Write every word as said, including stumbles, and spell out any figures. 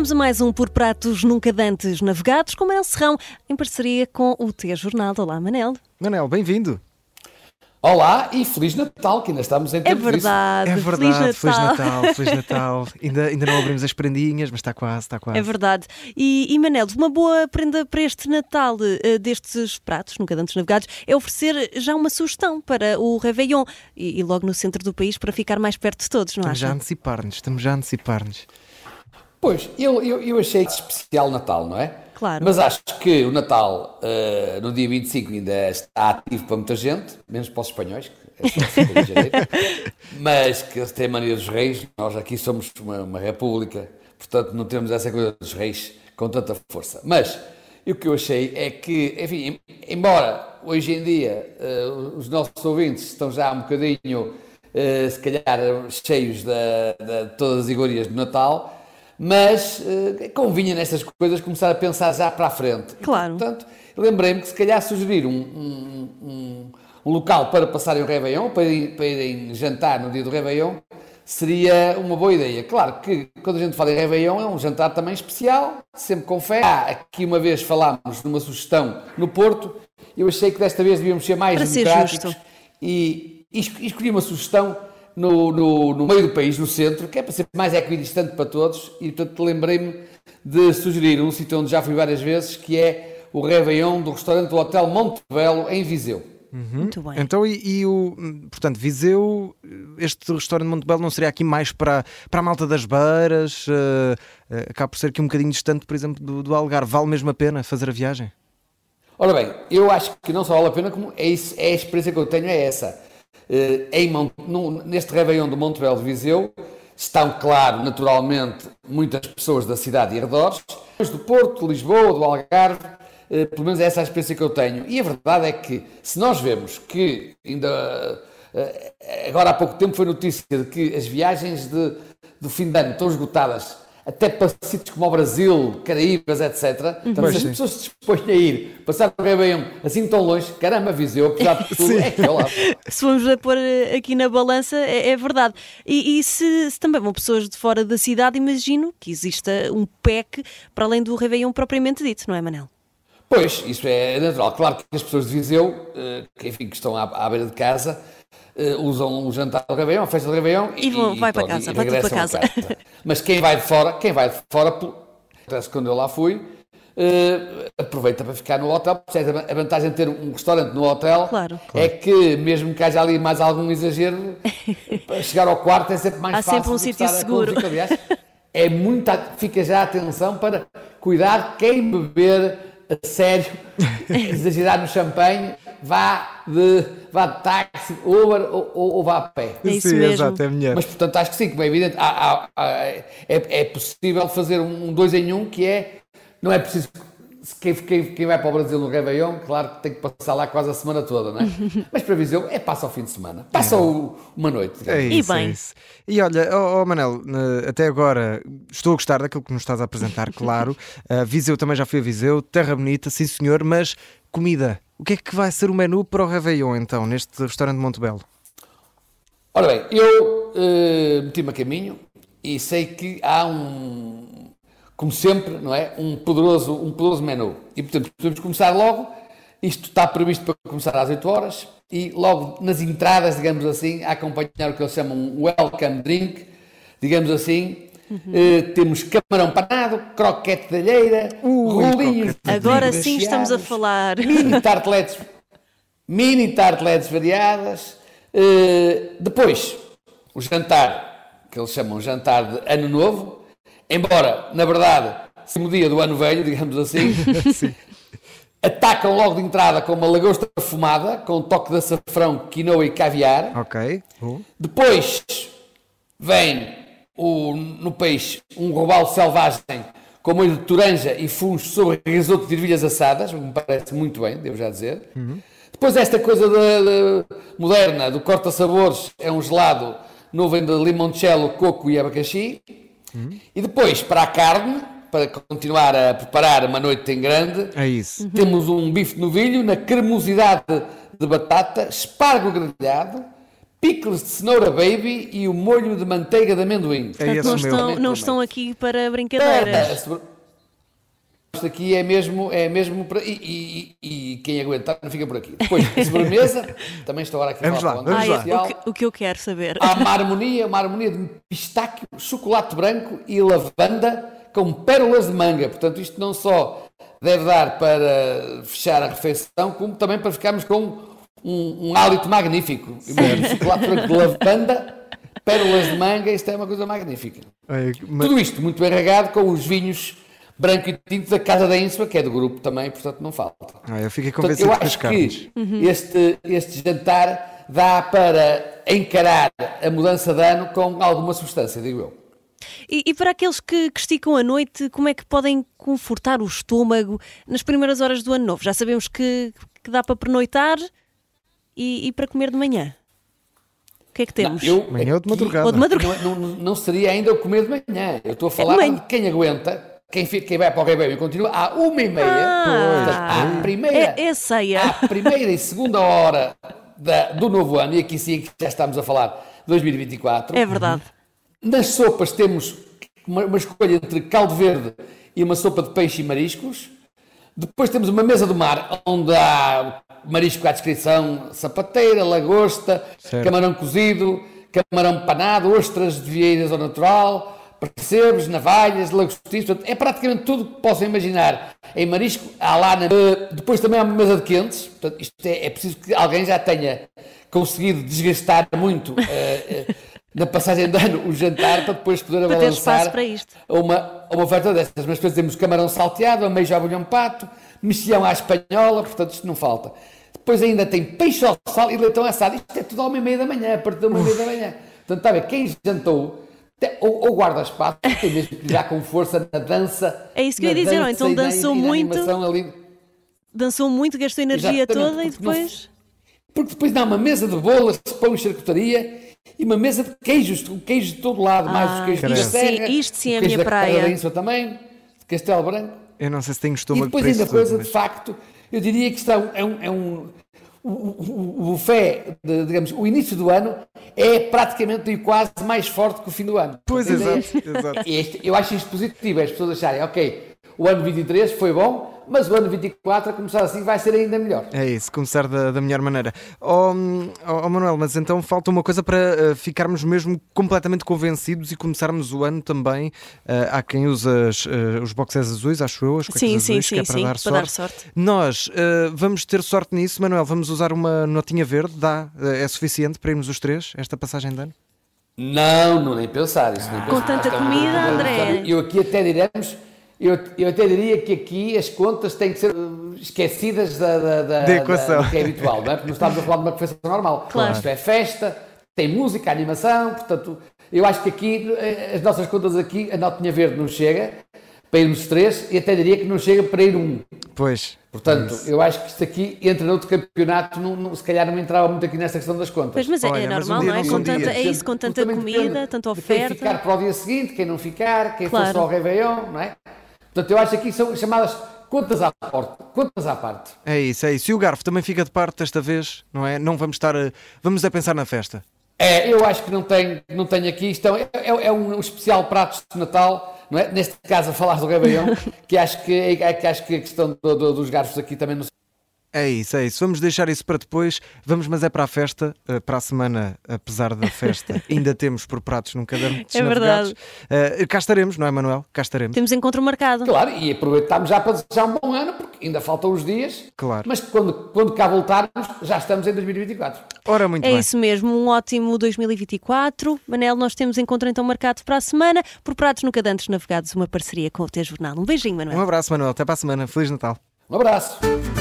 Vamos a mais um Por Pratos Nunca Dantes Navegados com Manel Serrão, em parceria com o T-Jornal. Olá, Manel. Manel, bem-vindo. Olá e Feliz Natal, que ainda estamos em tempo É verdade, disso. É verdade, Feliz Natal. Feliz Natal, Feliz Natal. ainda, ainda não abrimos as prendinhas, mas está quase, está quase. É verdade. E, e Manel, uma boa prenda para este Natal uh, destes pratos Nunca Dantes Navegados é oferecer já uma sugestão para o Réveillon e, e logo no centro do país para ficar mais perto de todos, não Estamos acha? já a antecipar-nos, estamos já a antecipar-nos. Pois, eu, eu, eu achei especial o Natal, não é? Claro. Mas acho que o Natal, uh, no dia vinte e cinco, ainda está ativo para muita gente, menos para os espanhóis, que é só cinco de janeiro, mas que eles têm a mania dos reis. Nós aqui somos uma, uma república, portanto não temos essa coisa dos reis com tanta força. Mas o que eu achei é que, enfim, embora hoje em dia uh, os nossos ouvintes estão já um bocadinho, uh, se calhar, cheios de todas as iguarias do Natal, mas uh, convinha nestas coisas começar a pensar já para a frente. Claro. E, portanto, lembrei-me que se calhar sugerir um, um, um, um local para passarem o Réveillon, para, ir, para irem jantar no dia do Réveillon, seria uma boa ideia. Claro que quando a gente fala em Réveillon é um jantar também especial, sempre com fé. Ah, aqui uma vez falámos de uma sugestão no Porto, eu achei que desta vez devíamos ser mais para democráticos ser justo. e, e escolhi uma sugestão No, no, no meio do país, no centro, que é para ser mais equidistante para todos, e portanto lembrei-me de sugerir um sítio onde já fui várias vezes, que é o Réveillon do restaurante do Hotel Montebello, em Viseu. Uhum. Muito bem. Então, e, e o, portanto, Viseu, este restaurante de Montebello não seria aqui mais para, para a malta das beiras? Uh, uh, acaba por ser aqui um bocadinho distante, por exemplo, do, do Algarve. Vale mesmo a pena fazer a viagem? Ora bem, eu acho que não só vale a pena, como é, isso, é a experiência que eu tenho, é essa. Uh, em Mont, no, neste Réveillon do Montebello de Viseu estão, claro, naturalmente, muitas pessoas da cidade e arredores, do Porto, de Lisboa, do Algarve, uh, pelo menos essa é a experiência que eu tenho. E a verdade é que, se nós vemos que ainda uh, agora há pouco tempo foi notícia de que as viagens de, do fim de ano estão esgotadas até para sítios como o Brasil, Caraíbas, etcétera. Então, se as pessoas se dispõem a ir passar o Réveillon assim tão longe, caramba, Viseu, apesar de tudo, é que é lá. Se vamos a pôr aqui na balança, é, é verdade. E, e se, se também vão pessoas de fora da cidade, imagino que exista um P E C para além do Réveillon propriamente dito, não é, Manel? Pois, isso é natural. Claro que as pessoas de Viseu, que, enfim, que estão à, à beira de casa, uh, usam o jantar do Réveillon, a festa do Réveillon e, vão, e, vai e, para pronto, casa, e vai tudo para regressam casa. a casa. Mas quem vai de fora, quem vai de fora, quando eu lá fui, uh, aproveita para ficar no hotel. A vantagem de ter um restaurante no hotel, claro, é que, mesmo que haja ali mais algum exagero, para chegar ao quarto é sempre mais Há fácil. sempre um sítio seguro. Fica, aliás, é muita, fica já a atenção para cuidar quem beber a sério, exagerar no champanhe, vá de, vá de táxi, Uber ou, ou, ou vá a pé. É isso sim, mesmo. exato, é melhor. Mas, portanto, acho que sim, como é evidente, há, há, há, é, é possível fazer um dois em um, que é, não é preciso, quem, quem, quem vai para o Brasil no Réveillon, claro que tem que passar lá quase a semana toda, não é? Mas para Viseu, é passa ao fim de semana, passa o, uma noite. É isso, E bem. é isso. E olha, oh, oh Manel, até agora estou a gostar daquilo que nos estás a apresentar, claro. Uh, Viseu também já fui a Viseu, terra bonita, sim senhor, mas comida. O que é que vai ser o menu para o Réveillon, então, neste restaurante de Montebello? Ora bem, eu uh, meti-me a caminho e sei que há um, como sempre, não é, um poderoso, um poderoso menu. E, portanto, podemos começar logo. Isto está previsto para começar às oito horas e logo nas entradas, digamos assim, a acompanhar o que eles chamam um welcome drink, digamos assim. Uhum. Uh, temos camarão panado, croquete de alheira, Ui, rolinhos de agora trigo sim estamos a recheados, falar. mini tarteletes, mini tarteletes variadas. Uh, depois, o jantar, que eles chamam jantar de Ano Novo, embora, na verdade, seja o dia do Ano Velho, digamos assim. Sim. Atacam logo de entrada com uma lagosta fumada, com um toque de açafrão, quinoa e caviar. Ok. Uh. Depois vem o, no peixe um robalo selvagem com molho de toranja e fungos sobre risoto de ervilhas assadas, me parece muito bem, devo já dizer. Uhum. Depois esta coisa de, de, moderna do corta-sabores é um gelado nuvem de limoncello, coco e abacaxi. Uhum. E depois, para a carne, para continuar a preparar uma noite em grande, é isso. Uhum. Temos um bife de novilho na cremosidade de batata, espargo grelhado, pickles de cenoura baby e o molho de manteiga de amendoim. É Portanto, esse não, o meu. estão, não estão aqui para brincadeiras. Isto aqui é mesmo, é mesmo para... E, e, e quem aguentar não fica por aqui. Depois, a sobremesa, também estou agora aqui Vamos lá, falar vamos Ah, lá. é, especial. o, que, o que eu quero saber. Há uma harmonia, uma harmonia de pistáquio, chocolate branco e lavanda com pérolas de manga. Portanto, isto não só deve dar para fechar a refeição, como também para ficarmos com um, um hálito magnífico. Imagina, chocolate branco de lavanda, pérolas de manga, isto é uma coisa magnífica. É, mas- Tudo isto muito bem regado com os vinhos branco e tinto da Casa da Ínsula, que é do grupo também, portanto não falta. Ah, eu fiquei Portanto, convencido eu com as acho carnes. que este, este jantar dá para encarar a mudança de ano com alguma substância, digo eu. E, e para aqueles que, que esticam a noite, como é que podem confortar o estômago nas primeiras horas do ano novo? Já sabemos que, que dá para pernoitar e, e para comer de manhã. O que é que temos? Não, eu, Manhã ou de aqui, madrugada? Ou de madrugada. Não, não, não seria ainda o comer de manhã. Eu estou a falar Manhã. de quem aguenta, quem, fica, quem vai para o Réveillon e continua à uma e meia. Ah, Portanto, à primeira, é, é ceia. à primeira e segunda hora da- do novo ano, e aqui sim que já estamos a falar de dois mil e vinte e quatro. É verdade. Nas sopas temos uma, uma escolha entre caldo verde e uma sopa de peixe e mariscos. Depois temos uma mesa do mar, onde há marisco à descrição, sapateira, lagosta, Certo. camarão cozido, camarão panado, ostras de vieiras ao natural, percebes, navalhas, lagostinhos. Portanto, é praticamente tudo que possam imaginar em marisco. Há lá na... Uh, depois também há uma mesa de quentes. Portanto, isto é, é preciso que alguém já tenha conseguido desgastar muito... Uh, uh, na passagem de ano, o jantar, para depois poder Para ter espaço avançar para isto. a uma, a uma oferta dessas. Mas depois temos camarão salteado, ameijo ao bolhão pato, mexilhão à espanhola, portanto isto não falta. Depois ainda tem peixe ao sal e leitão assado. Isto é tudo à uma e meia da manhã, a partir da uma e meia da manhã. Portanto, está a ver, quem jantou, te- ou, ou guarda espaço, tem mesmo que já com força na dança. É isso que eu ia na dizer, ou dança então e na- dançou e na muito. animação ali. Dançou muito, gastou energia Exatamente, toda e porque não- depois... Porque depois dá uma mesa de bolas, pão e charcutaria e uma mesa de queijos, com queijo de todo lado, mais os queijos da isto sim, Serra, isto sim é o a queijo minha da Casa praia. da Ínsula também, de Castelo Branco. Eu não sei se tenho E estômago depois para ainda isso coisa, tudo, de mas- facto, eu diria que isto é um... É um, é um o, o, o buffet, de, digamos, o início do ano é praticamente e quase mais forte que o fim do ano. Pois, Portanto, a exato, ideia- exato. Este, eu acho isto positivo, as pessoas acharem, ok, o ano vinte e três foi bom, mas o ano vinte e quatro, a começar assim, vai ser ainda melhor. É isso, começar da, da melhor maneira. Oh, oh, oh, Manuel, mas então falta uma coisa para uh, ficarmos mesmo completamente convencidos e começarmos o ano também. Uh, há quem usa as, uh, os boxers azuis, acho eu, as cuecas Sim, sim, azuis, que sim, é para, sim, dar, para sorte. dar sorte. Nós uh, vamos ter sorte nisso, Manuel. Vamos usar uma notinha verde, dá, uh, é suficiente para irmos os três, esta passagem de ano? Não, não nem pensar isso. Nem Com pensar. tanta Isto é uma comida, coisa- André. Eu aqui até diremos, eu, eu até diria que aqui as contas têm que ser uh, esquecidas da, da, da, Da equação. da- do que é habitual, não é? Porque não estamos a falar de uma refeição normal. Claro. Isto é festa, tem música, animação, portanto, eu acho que aqui, eh, as nossas contas aqui, a notinha verde não chega para irmos três e até diria que não chega para ir um. Pois. Portanto, isso. eu acho que isto aqui entra noutro campeonato, não, não, se calhar não entrava muito aqui nesta questão das contas. Pois, mas é, Olha, é mas um normal, dia não é? não Com são tanta, dias. é isso, com Porque tanta também comida, depende tanta de quem oferta. ficar para o dia seguinte, quem não ficar, quem Claro. for só ao Réveillon, não é? Portanto, eu acho que aqui são chamadas contas à parte. Contas à parte. É isso, é isso. E o garfo também fica de parte desta vez, não é? Não vamos estar a... Vamos a pensar na festa. É, eu acho que não tem, não tem aqui, isto é, é, é um especial prato de Natal, não é? Neste caso a falar do Réveillon, que acho que, é, que acho que a questão do- do- dos garfos aqui também não se... É isso, é isso. Vamos deixar isso para depois. Vamos, mas é para a festa. Uh, para a semana, apesar da festa, ainda temos por pratos num caderno de É navegados. Uh, cá estaremos, não é, Manuel? Cá estaremos. Temos encontro marcado. Claro, e aproveitamos já para desejar um bom ano, porque ainda faltam os dias, Claro. mas quando, quando cá voltarmos, já estamos em dois mil e vinte e quatro. Ora, muito É bem. isso mesmo, um ótimo dois mil e vinte e quatro. Manel, nós temos encontro então marcado para a semana por Pratos Nunca Dantes Navegados, uma parceria com o T-Jornal. Um beijinho, Manuel. Um abraço, Manuel. Até para a semana. Feliz Natal. Um abraço.